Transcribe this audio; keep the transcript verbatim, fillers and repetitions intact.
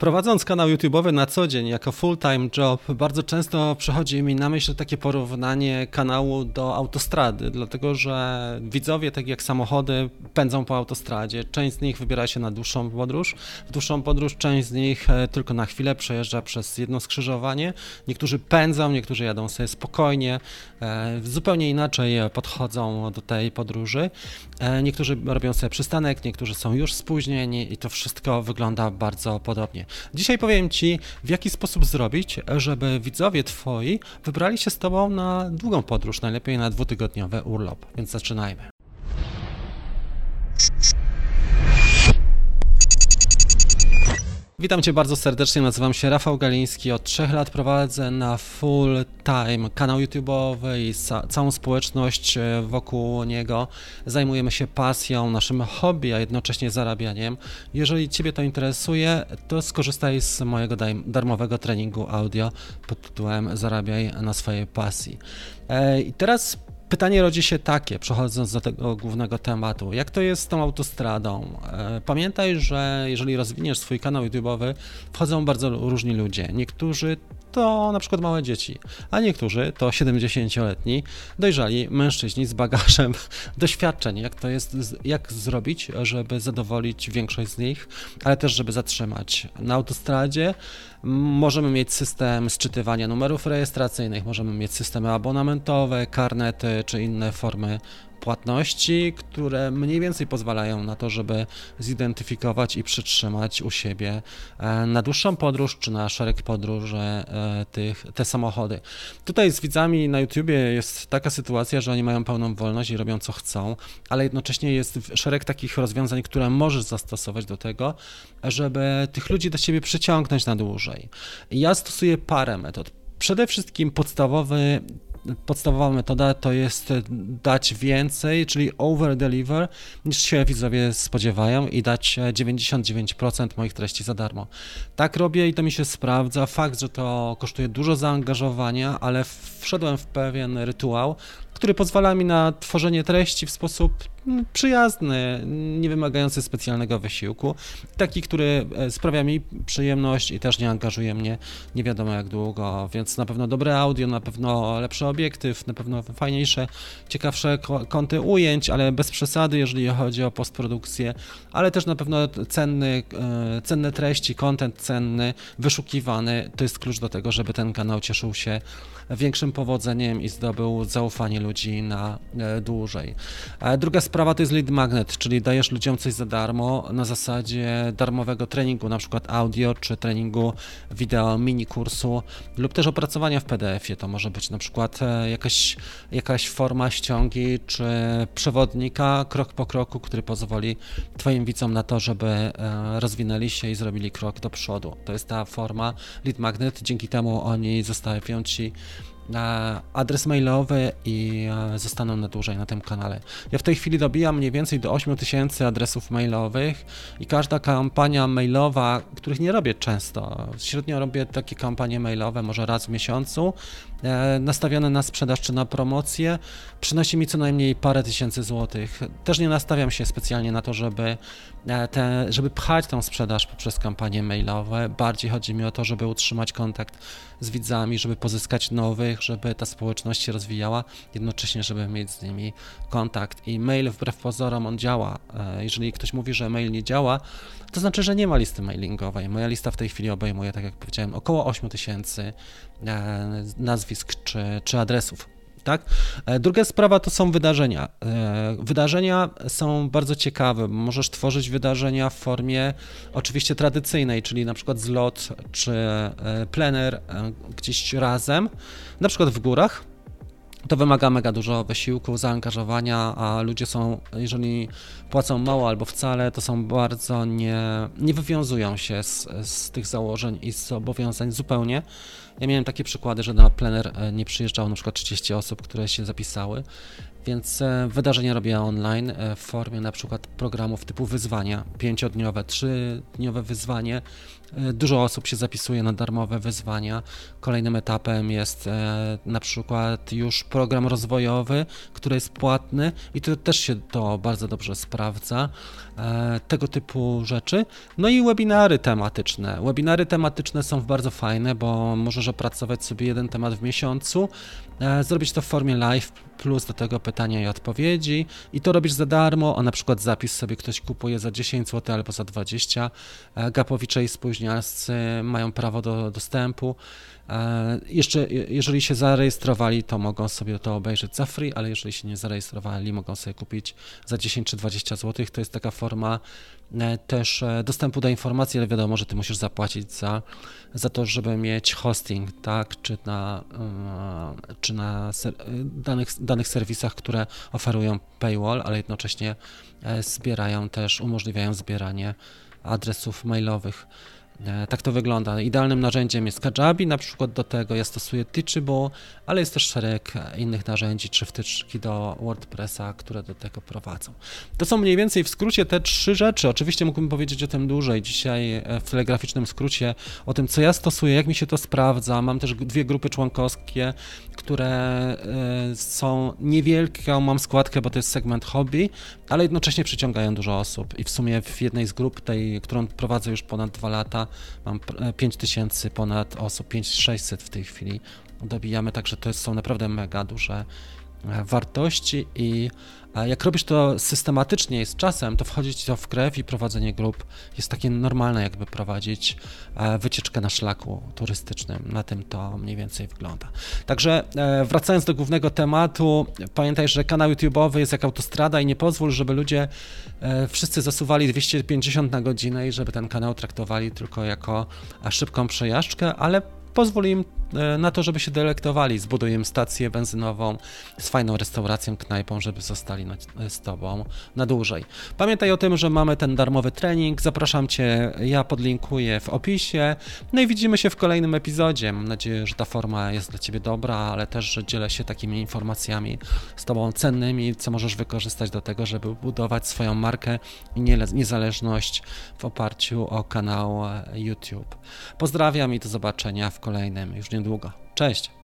Prowadząc kanał YouTube'owy na co dzień jako full-time job, bardzo często przychodzi mi na myśl takie porównanie kanału do autostrady, dlatego że widzowie, tak jak samochody, pędzą po autostradzie. Część z nich wybiera się na dłuższą podróż. W dłuższą podróż część z nich tylko na chwilę przejeżdża przez jedno skrzyżowanie. Niektórzy pędzą, niektórzy jadą sobie spokojnie, zupełnie inaczej podchodzą do tej podróży. Niektórzy robią sobie przystanek, niektórzy są już spóźnieni i to wszystko wygląda bardzo podobnie. Dzisiaj powiem Ci, w jaki sposób zrobić, żeby widzowie Twoi wybrali się z Tobą na długą podróż, najlepiej na dwutygodniowy urlop, więc zaczynajmy. Witam Cię bardzo serdecznie, nazywam się Rafał Galiński, od trzech lat prowadzę na full time kanał YouTube'owy i całą społeczność wokół niego. Zajmujemy się pasją, naszym hobby, a jednocześnie zarabianiem. Jeżeli Ciebie to interesuje, to skorzystaj z mojego darmowego treningu audio pod tytułem Zarabiaj na swojej pasji. I teraz pytanie rodzi się takie, przechodząc do tego głównego tematu. Jak to jest z tą autostradą? Pamiętaj, że jeżeli rozwiniesz swój kanał YouTube'owy, wchodzą bardzo różni ludzie. Niektórzy to na przykład małe dzieci, a niektórzy to siedemdziesięcioletni, dojrzali mężczyźni z bagażem doświadczeń. Jak to jest, jak zrobić, żeby zadowolić większość z nich, ale też żeby zatrzymać. Na autostradzie możemy mieć system sczytywania numerów rejestracyjnych, możemy mieć systemy abonamentowe, karnety czy inne formy płatności, które mniej więcej pozwalają na to, żeby zidentyfikować i przytrzymać u siebie na dłuższą podróż czy na szereg podróży tych, te samochody. Tutaj z widzami na YouTubie jest taka sytuacja, że oni mają pełną wolność i robią co chcą, ale jednocześnie jest szereg takich rozwiązań, które możesz zastosować do tego, żeby tych ludzi do siebie przyciągnąć na dłużej. Ja stosuję parę metod. Przede wszystkim podstawowy Podstawowa metoda to jest dać więcej, czyli over deliver, niż się widzowie spodziewają i dać dziewięćdziesiąt dziewięć procent moich treści za darmo. Tak robię i to mi się sprawdza. Fakt, że to kosztuje dużo zaangażowania, ale wszedłem w pewien rytuał, który pozwala mi na tworzenie treści w sposób przyjazny, nie wymagający specjalnego wysiłku, taki, który sprawia mi przyjemność i też nie angażuje mnie nie wiadomo jak długo, więc na pewno dobre audio, na pewno lepszy obiektyw, na pewno fajniejsze, ciekawsze kąty ujęć, ale bez przesady, jeżeli chodzi o postprodukcję, ale też na pewno cenny, cenne treści, content cenny, wyszukiwany, to jest klucz do tego, żeby ten kanał cieszył się większym powodzeniem i zdobył zaufanie ludzi na dłużej. Druga sprawa to jest lead magnet, czyli dajesz ludziom coś za darmo na zasadzie darmowego treningu, na przykład audio czy treningu wideo, mini kursu lub też opracowania w P D F ie. To może być na przykład jakaś, jakaś forma ściągi czy przewodnika krok po kroku, który pozwoli Twoim widzom na to, żeby rozwinęli się i zrobili krok do przodu. To jest ta forma lead magnet, dzięki temu oni zostawią Ci adres mailowy i zostaną na dłużej na tym kanale. Ja w tej chwili dobijam mniej więcej do ośmiu tysięcy adresów mailowych i każda kampania mailowa, których nie robię często, średnio robię takie kampanie mailowe może raz w miesiącu, nastawione na sprzedaż czy na promocję, przynosi mi co najmniej parę tysięcy złotych. Też nie nastawiam się specjalnie na to, żeby, te, żeby pchać tą sprzedaż poprzez kampanie mailowe. Bardziej chodzi mi o to, żeby utrzymać kontakt z widzami, żeby pozyskać nowych, żeby ta społeczność się rozwijała, jednocześnie, żeby mieć z nimi kontakt. I mail wbrew pozorom on działa. Jeżeli ktoś mówi, że mail nie działa, to znaczy, że nie ma listy mailingowej. Moja lista w tej chwili obejmuje, tak jak powiedziałem, około ośmiu tysięcy nazwisk czy, czy adresów. Tak? Druga sprawa to są wydarzenia. Wydarzenia są bardzo ciekawe. Możesz tworzyć wydarzenia w formie oczywiście tradycyjnej, czyli na przykład zlot czy plener gdzieś razem, na przykład w górach. To wymaga mega dużo wysiłku, zaangażowania, a ludzie są, jeżeli płacą mało albo wcale, to są bardzo nie, nie wywiązują się z, z tych założeń i z zobowiązań zupełnie. Ja miałem takie przykłady, że na plener nie przyjeżdżało na przykład trzydzieści osób, które się zapisały Więc wydarzenia robię online w formie na przykład programów typu wyzwania, pięciodniowe, trzydniowe wyzwanie. Dużo osób się zapisuje na darmowe wyzwania. Kolejnym etapem jest na przykład już program rozwojowy, który jest płatny i to też się to bardzo dobrze sprawdza. Tego typu rzeczy. No i webinary tematyczne. Webinary tematyczne są bardzo fajne, bo możesz opracować sobie jeden temat w miesiącu, zrobić to w formie live, plus do tego pytania i odpowiedzi i to robisz za darmo, a na przykład zapis sobie ktoś kupuje za dziesięć złotych albo za dwadzieścia. Gapowicze i spóźnialscy mają prawo do dostępu. Jeszcze, jeżeli się zarejestrowali, to mogą sobie to obejrzeć za free, ale jeżeli się nie zarejestrowali, mogą sobie kupić za dziesięć czy dwadzieścia złotych. To jest taka forma też dostępu do informacji, ale wiadomo, że ty musisz zapłacić za, za to, żeby mieć hosting, tak, czy na, czy na ser, danych, danych serwisach, które oferują paywall, ale jednocześnie zbierają też, umożliwiają zbieranie adresów mailowych. Tak to wygląda. Idealnym narzędziem jest Kajabi, na przykład do tego ja stosuję Teachable, ale jest też szereg innych narzędzi czy wtyczki do WordPressa, które do tego prowadzą. To są mniej więcej w skrócie te trzy rzeczy. Oczywiście mógłbym powiedzieć o tym dłużej. Dzisiaj w telegraficznym skrócie o tym, co ja stosuję, jak mi się to sprawdza. Mam też dwie grupy członkowskie, które są niewielkie. Mam składkę, bo to jest segment hobby, ale jednocześnie przyciągają dużo osób i w sumie w jednej z grup, tej, którą prowadzę już ponad dwa lata, mam pięć tysięcy ponad osób, pięć tysięcy sześćset w tej chwili dobijamy, także to są naprawdę mega duże wartości i jak robisz to systematycznie i z czasem, to wchodzi ci to w krew i prowadzenie grup jest takie normalne, jakby prowadzić wycieczkę na szlaku turystycznym. Na tym to mniej więcej wygląda. Także wracając do głównego tematu, pamiętaj, że kanał YouTube'owy jest jak autostrada i nie pozwól, żeby ludzie wszyscy zasuwali dwieście pięćdziesiąt na godzinę i żeby ten kanał traktowali tylko jako szybką przejażdżkę, ale pozwól im na to, żeby się delektowali, zbuduj im stację benzynową z fajną restauracją, knajpą, żeby zostali na, z Tobą na dłużej. Pamiętaj o tym, że mamy ten darmowy trening, zapraszam Cię, ja podlinkuję w opisie, no i widzimy się w kolejnym epizodzie. Mam nadzieję, że ta forma jest dla Ciebie dobra, ale też, że dzielę się takimi informacjami z Tobą cennymi, co możesz wykorzystać do tego, żeby budować swoją markę i niezależność w oparciu o kanał YouTube. Pozdrawiam i do zobaczenia w kolejnym już niedługo. Cześć!